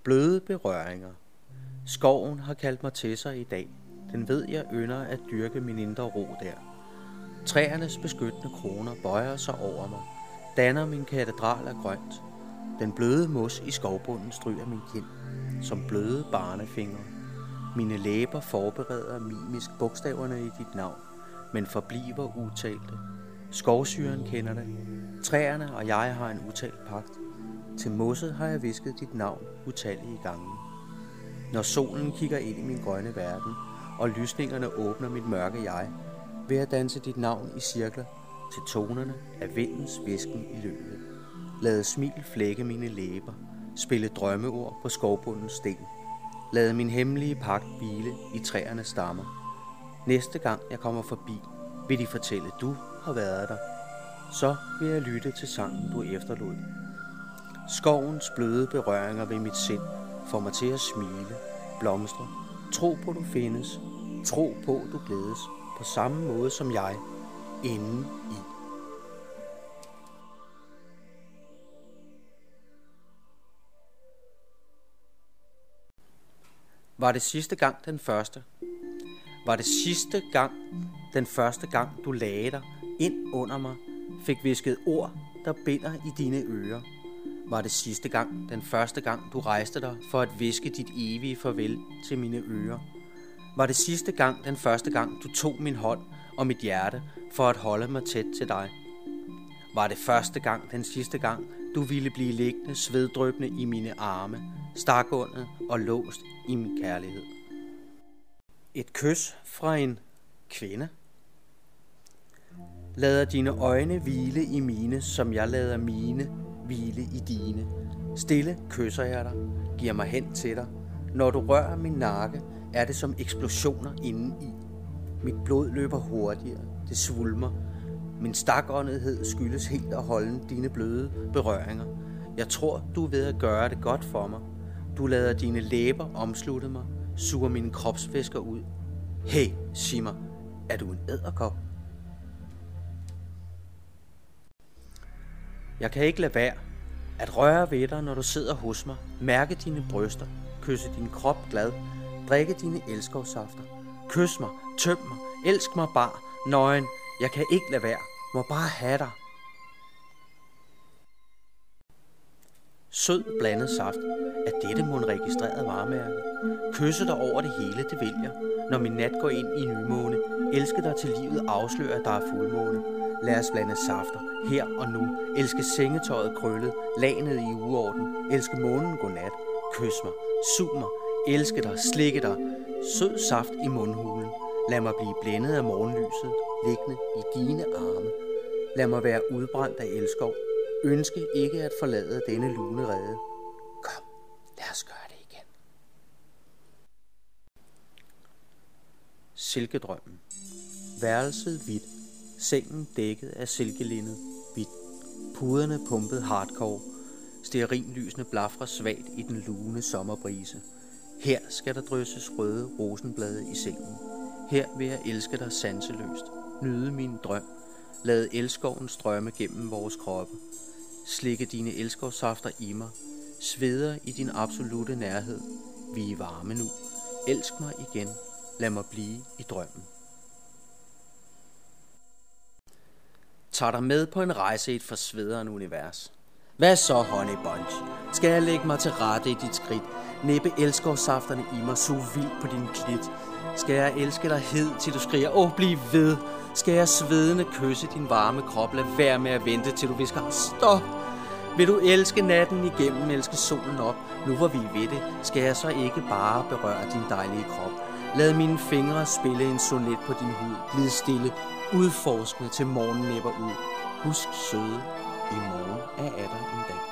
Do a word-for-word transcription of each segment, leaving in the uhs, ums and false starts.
Bløde berøringer. Skoven har kaldt mig til sig i dag. Den ved jeg ynder at dyrke min indre ro der. Træernes beskyttende kroner bøjer sig over mig, danner min katedral af grønt. Den bløde mos i skovbunden stryger min kind, som bløde barnefingre. Mine læber forbereder mimisk bogstaverne i dit navn, men forbliver utalte. Skovsyren kender det. Træerne og jeg har en utalt pagt. Til mosset har jeg visket dit navn utallige gange. Når solen kigger ind i min grønne verden, og lysningerne åbner mit mørke jeg, vil jeg danse dit navn i cirkler til tonerne af vindens hvisken i løbet. Lade smil flække mine læber, spille drømmeord på skovbundens sten. Lade min hemmelige pagt hvile i træernes stammer. Næste gang jeg kommer forbi, vil de fortælle, du har været der. Så vil jeg lytte til sangen, du efterlod. Skovens bløde berøringer ved mit sind får mig til at smile, blomstre. Tro på, du findes. Tro på, du glædes. På samme måde som jeg, inden i. Var det sidste gang den første? Var det sidste gang den første gang, du lagde dig ind under mig, fik hvisket ord, der binder i dine ører? Var det sidste gang den første gang, du rejste dig for at hviske dit evige farvel til mine ører? Var det sidste gang den første gang, du tog min hånd og mit hjerte for at holde mig tæt til dig? Var det første gang den sidste gang, du ville blive liggende sveddrøbende i mine arme, stakåndet og låst i min kærlighed? Et kys fra en kvinde. Lader dine øjne hvile i mine, som jeg lader mine hvile i dine. Stille kysser jeg dig, giver mig hen til dig. Når du rører min nakke, er det som eksplosioner indeni. Mit blod løber hurtigere, det svulmer. Min stakåndethed skyldes helt og holdent dine bløde berøringer. Jeg tror, du er ved at gøre det godt for mig. Du lader dine læber omslutte mig, suger mine kropsvæsker ud. Hey, sig mig, er du en edderkop? Jeg kan ikke lade være at røre ved dig, når du sidder hos mig, mærke dine bryster, kysse din krop glad, drikke dine elskovssafter. Kys mig, tøm mig, elsk mig bare, nøgen. Jeg kan ikke lade være, må bare have dig. Sød blandet saft, er dette mon registreret varemærke? Kysse dig over det hele, det vil jeg. Når min nat går ind i nymåne, elske dig til livet afslører, der er fuldmåne. Lad os blande safter, her og nu. Elske sengetøjet krøllet, lanet i uorden. Elske månen godnat. Kys mig, sug mig, elske dig, slikke dig. Sød saft i mundhulen. Lad mig blive blændet af morgenlyset, liggende i dine arme. Lad mig være udbrændt af elskov. Ønske ikke at forlade denne lune rede. Kom, lad os gøre det igen. Silkedrømmen. Værelset hvidt. Sengen dækket af silkelindet hvidt. Puderne pumpet hardcore. Stearinlysene blafrer svagt i den lune sommerbrise. Her skal der drysses røde rosenblade i sengen. Her vil jeg elske dig sanseløst. Nyde min drøm. Lade elskoven strømme gennem vores kroppe. Slikke dine elskovssafter i mig. Sveder i din absolute nærhed. Vi er varme nu. Elsk mig igen. Lad mig blive i drømmen. Tag dig med på en rejse i et forsvedrende univers. Hvad så, honey bunch? Skal jeg lægge mig til rette i dit skridt? Næppe elskovssafterne i mig, suge vildt på din klit. Skal jeg elske dig hed, til du skriger, åh, bliv ved. Skal jeg svedende kysse din varme krop, lad være med at vente, til du visker, stop. Vil du elske natten igennem, elske solen op? Nu hvor vi er ved det, skal jeg så ikke bare berøre din dejlige krop. Lad mine fingre spille en sonet på din hud. Glid stille, udforskende til morgenen næpper ud. Husk søde, i morgen er atter en dag.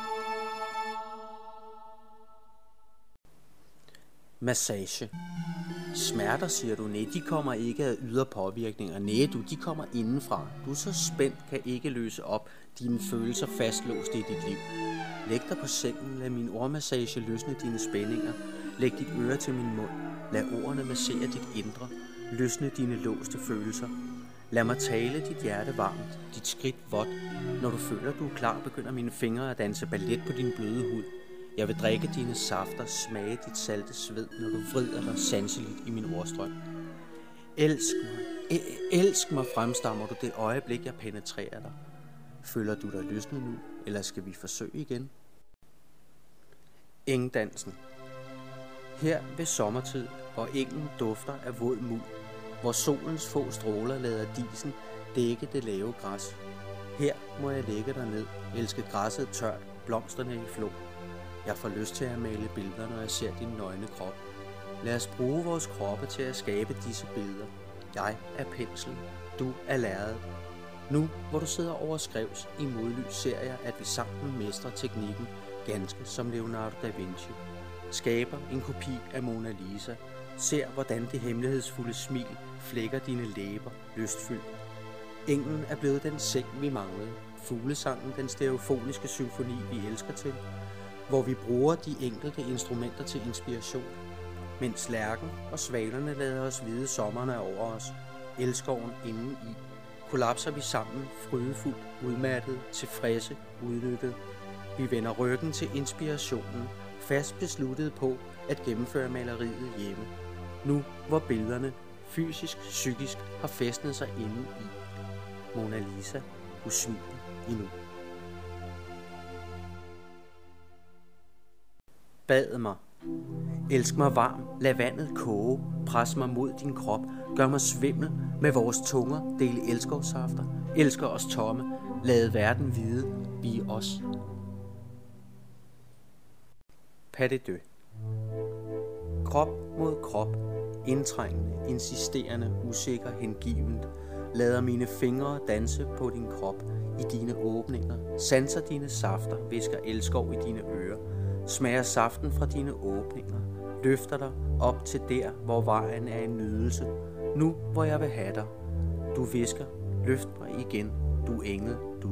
Massage. Smerter, siger du? Nej, de kommer ikke af ydre påvirkninger. Nej, du, de kommer indenfra. Du er så spændt, kan ikke løse op. Dine følelser fastlåst i dit liv. Læg dig på sengen, lad min ordmassage løsne dine spændinger. Læg dit øre til min mund. Lad ordene massere dit indre. Løsne dine låste følelser. Lad mig tale dit hjerte varmt, dit skridt vådt. Når du føler, du er klar, begynder mine fingre at danse ballet på din bløde hud. Jeg vil drikke dine safter, smage dit salte sved, når du vrider dig sanseligt i min ordstrøm. Elsk mig, el- elsk mig, fremstammer du det øjeblik, jeg penetrerer dig. Føler du dig lystnet nu, eller skal vi forsøge igen? Engdansen. Her ved sommertid, hvor engen dufter af våd muld, hvor solens få stråler lader disen dække det lave græs. Her må jeg lægge dig ned, elske græsset tørt, blomsterne i flå. Jeg får lyst til at male billeder, når jeg ser din nøgne krop. Lad os bruge vores kroppe til at skabe disse billeder. Jeg er penslen, du er lærredet. Nu, hvor du sidder overskrevs i modlys, ser jeg, at vi sammen mestrer teknikken, ganske som Leonardo da Vinci. Skaber en kopi af Mona Lisa, ser hvordan det hemmelighedsfulde smil flækker dine læber lystfyldt. Engen er blevet den seng, vi manglede. Fuglesangen, den stereofoniske symfoni, vi elsker til, hvor vi bruger de enkelte instrumenter til inspiration. Mens lærken og svalerne lader os vide sommeren er over os, elskoven inden i, kollapser vi sammen, frydefuldt, udmattet, tilfredse, udnyttet. Vi vender ryggen til inspirationen, fast besluttet på at gennemføre maleriet hjemme. Nu, hvor billederne fysisk, psykisk har fæstnet sig inde i. Mona Lisa, du smiler endnu. Bad mig. Elsk mig varm, lad vandet koge, pres mig mod din krop, gør mig svimmel med vores tunger, dele elskovsafter, elsker os tomme, lad verden vide, vi er os. Pas de deux. Krop mod krop, indtrængende, insisterende, usikker, hengivent, lader mine fingre danse på din krop, i dine åbninger, sanser dine safter, visker elskov i dine ører, smager saften fra dine åbninger, løfter dig op til der, hvor vejen er en nydelse, nu hvor jeg vil have dig. Du visker, løft mig igen, du engel, du.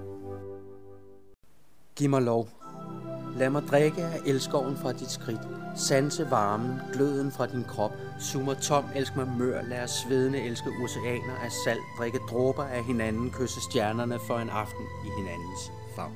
Giv mig lov. Lad mig drikke af elskoven fra dit skridt, sanse varmen, gløden fra din krop, suge mig tom, elsk mig mør, lad os svedende elske oceaner af salt, drikke dråber af hinanden, kysse stjernerne for en aften i hinandens favn.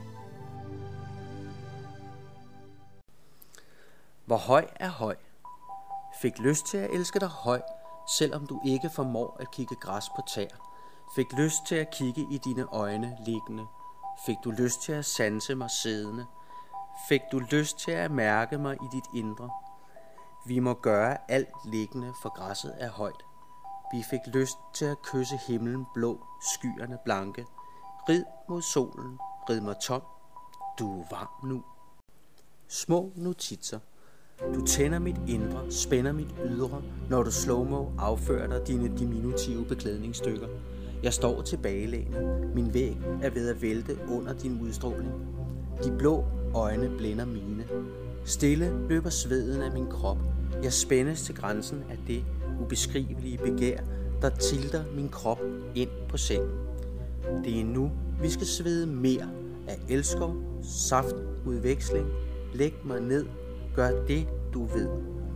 Hvor høj er høj? Fik lyst til at elske dig høj, selvom du ikke formår at kigge græs på tær. Fik lyst til at kigge i dine øjne liggende. Fik du lyst til at sanse mig siddende. Fik du lyst til at mærke mig i dit indre. Vi må gøre alt liggende, for græsset er højt. Vi fik lyst til at kysse himlen blå, skyerne blanke. Rid mod solen, rid mig tom. Du er varm nu. Små notitser. Du tænder mit indre, spænder mit ydre, når du slow-mo affører dig dine diminutive beklædningsstykker. Jeg står tilbagelænet. Min væg er ved at vælte under din udstråling. De blå øjne blænder mine. Stille løber sveden af min krop. Jeg spændes til grænsen af det ubeskrivelige begær, der tilter min krop ind på sengen. Det er nu, vi skal svede mere af elskov, saft, udveksling. Læg mig ned. Gør det, du ved.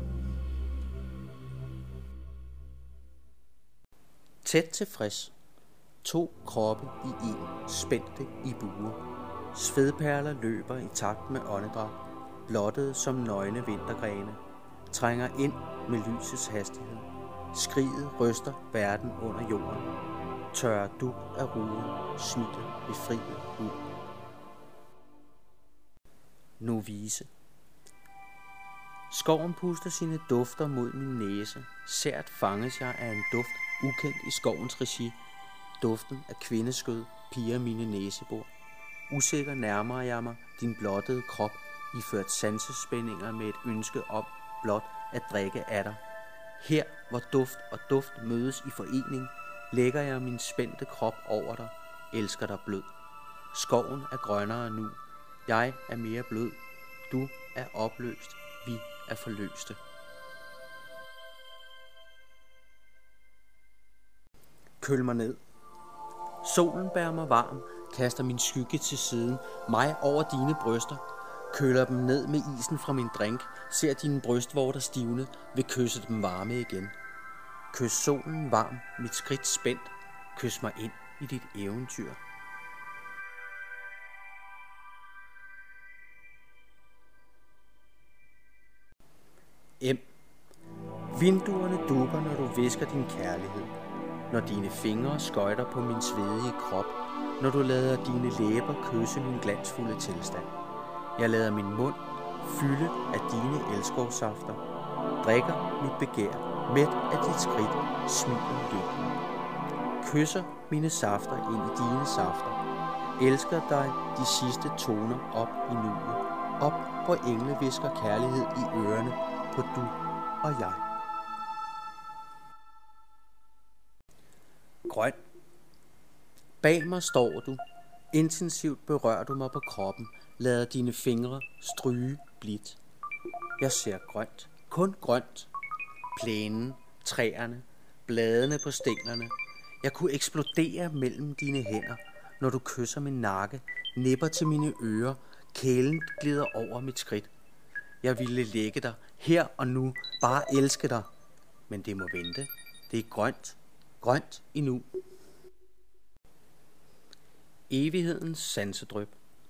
Tæt tilfreds. To kroppe i en, spændte i buer. Svedperler løber i takt med åndedrag, blottede som nøgne vintergrene, trænger ind med lysets hastighed. Skriget ryster verden under jorden. Tørrer du af ruden, smitter befriet ud. Novise. Skoven puster sine dufter mod min næse. Sært fanges jeg af en duft, ukendt i skovens regi. Duften af kvindeskød piger mine næsebor. Usikker nærmer jeg mig din blottede krop, iført sansespændinger med et ønske om blot at drikke af dig. Her, hvor duft og duft mødes i forening, lægger jeg min spændte krop over dig, elsker dig blød. Skoven er grønnere nu. Jeg er mere blød. Du er opløst. Vi er forløste. Køl mig ned. Solen bærer mig varm, kaster min skygge til siden, mig over dine bryster, køler dem ned med isen fra min drink, ser dine brystvorter stivne, vil kysse dem varme igen. Kys solen varm, mit skridt spændt, kys mig ind i dit eventyr. M. Vinduerne dukker, når du hvisker din kærlighed. Når dine fingre skøjter på min svedige krop. Når du lader dine læber kysse min glansfulde tilstand. Jeg lader min mund fylde af dine elskovssafter. Drikker mit begær, mæt af dit skridt, smiler lykken. Kysser mine safter ind i dine safter. Elsker dig de sidste toner op i nuet. Op, hvor engle hvisker kærlighed i ørerne på du og jeg. Grøn. Bag mig står du. Intensivt berører du mig på kroppen. Lader dine fingre stryge blidt. Jeg ser grønt. Kun grønt. Plænen, træerne, bladene på stænglerne. Jeg kunne eksplodere mellem dine hænder, når du kysser min nakke, nipper til mine ører, kælen glider over mit skridt. Jeg ville lægge dig her og nu, bare elske dig. Men det må vente. Det er grønt. Grønt endnu. Evighedens sansedryp.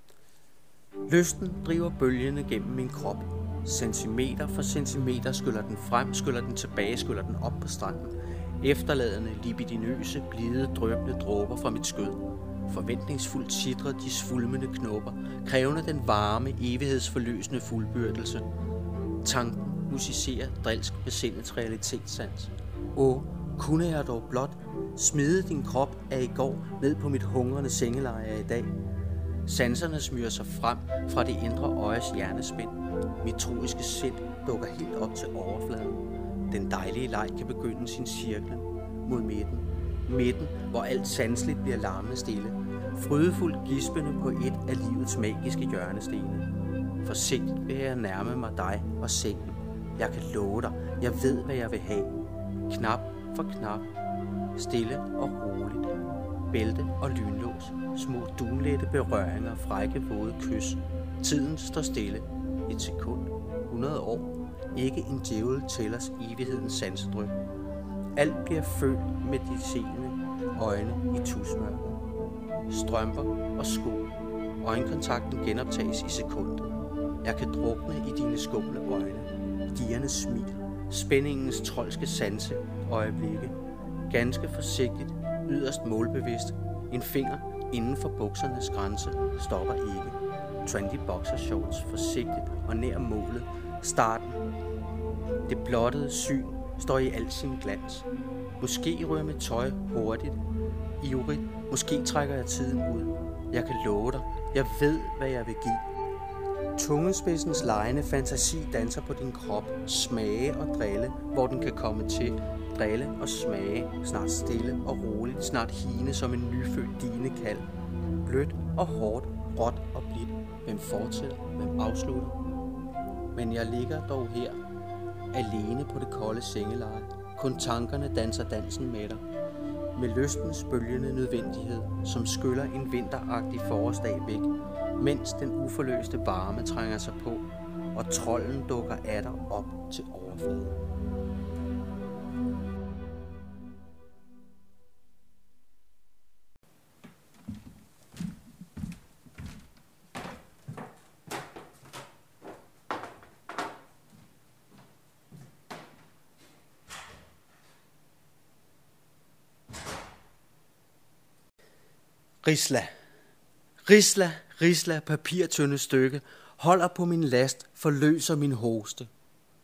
Lysten driver bølgene gennem min krop. Centimeter for centimeter skyller den frem, skyller den tilbage, skyller den op på stranden. Efterladende, libidinøse, blide, drøbende dråber fra mit skød. Forventningsfuldt sidrer de svulmende knopper, krævende den varme, evighedsforløsende fuldbyrdelse. Tanken musicerer drilsk besindets realitetssans. Åh, kunne jeg dog blot smide din krop af i går ned på mit hungrende sengeleje af i dag. Sanserne smyrer sig frem fra det indre øjes hjernespind. Mit troiske sind dukker helt op til overfladen. Den dejlige leg kan begynde sin cirkel mod midten. Midten, hvor alt sanseligt bliver larmende stille. Frydefuldt gispende på et af livets magiske hjørnestene. Forsigtigt vil jeg nærme mig dig og sengen. Jeg kan love dig, jeg ved hvad jeg vil have. Knap for knap, stille og roligt. Bælte og lynlås, små dunlette berøringer, frække våde kys. Tiden står stille. Et sekund, hundrede år. Ikke en djævel tællers evighedens sansedryp. Alt bliver følt med de seende øjne i tusmørket. Strømper og sko. Øjenkontakten genoptages i sekundet. Jeg kan drukne i dine skumle øjne. Diernes smil. Spændingens trolske sanse øjeblikke. Ganske forsigtigt, yderst målbevidst. En finger inden for buksernes grænse stopper ikke. Trendy boxershorts forsigtigt og nær målet. Starten. Det blottede syn står i al sin glans. Måske rører mit tøj hurtigt, ivrigt. Måske trækker jeg tiden ud. Jeg kan love dig. Jeg ved, hvad jeg vil give. Tungespidsens legende fantasi danser på din krop. Smage og drille, hvor den kan komme til. Drille og smage. Snart stille og roligt. Snart hine som en nyfødt dinekald. Blødt og hårdt, råt og blidt. Hvem fortsætter? Hvem afslutter? Men jeg ligger dog her, alene på det kolde sengeleje. Kun tankerne danser dansen med dig. Med lystens bølgende nødvendighed, som skyller en vinteragtig forårsdag væk, mens den uforløste varme trænger sig på, og trolden dukker atter op til overfladen. Risla, risla, risla, papirtynde stykke, holder på min last, forløser min hoste.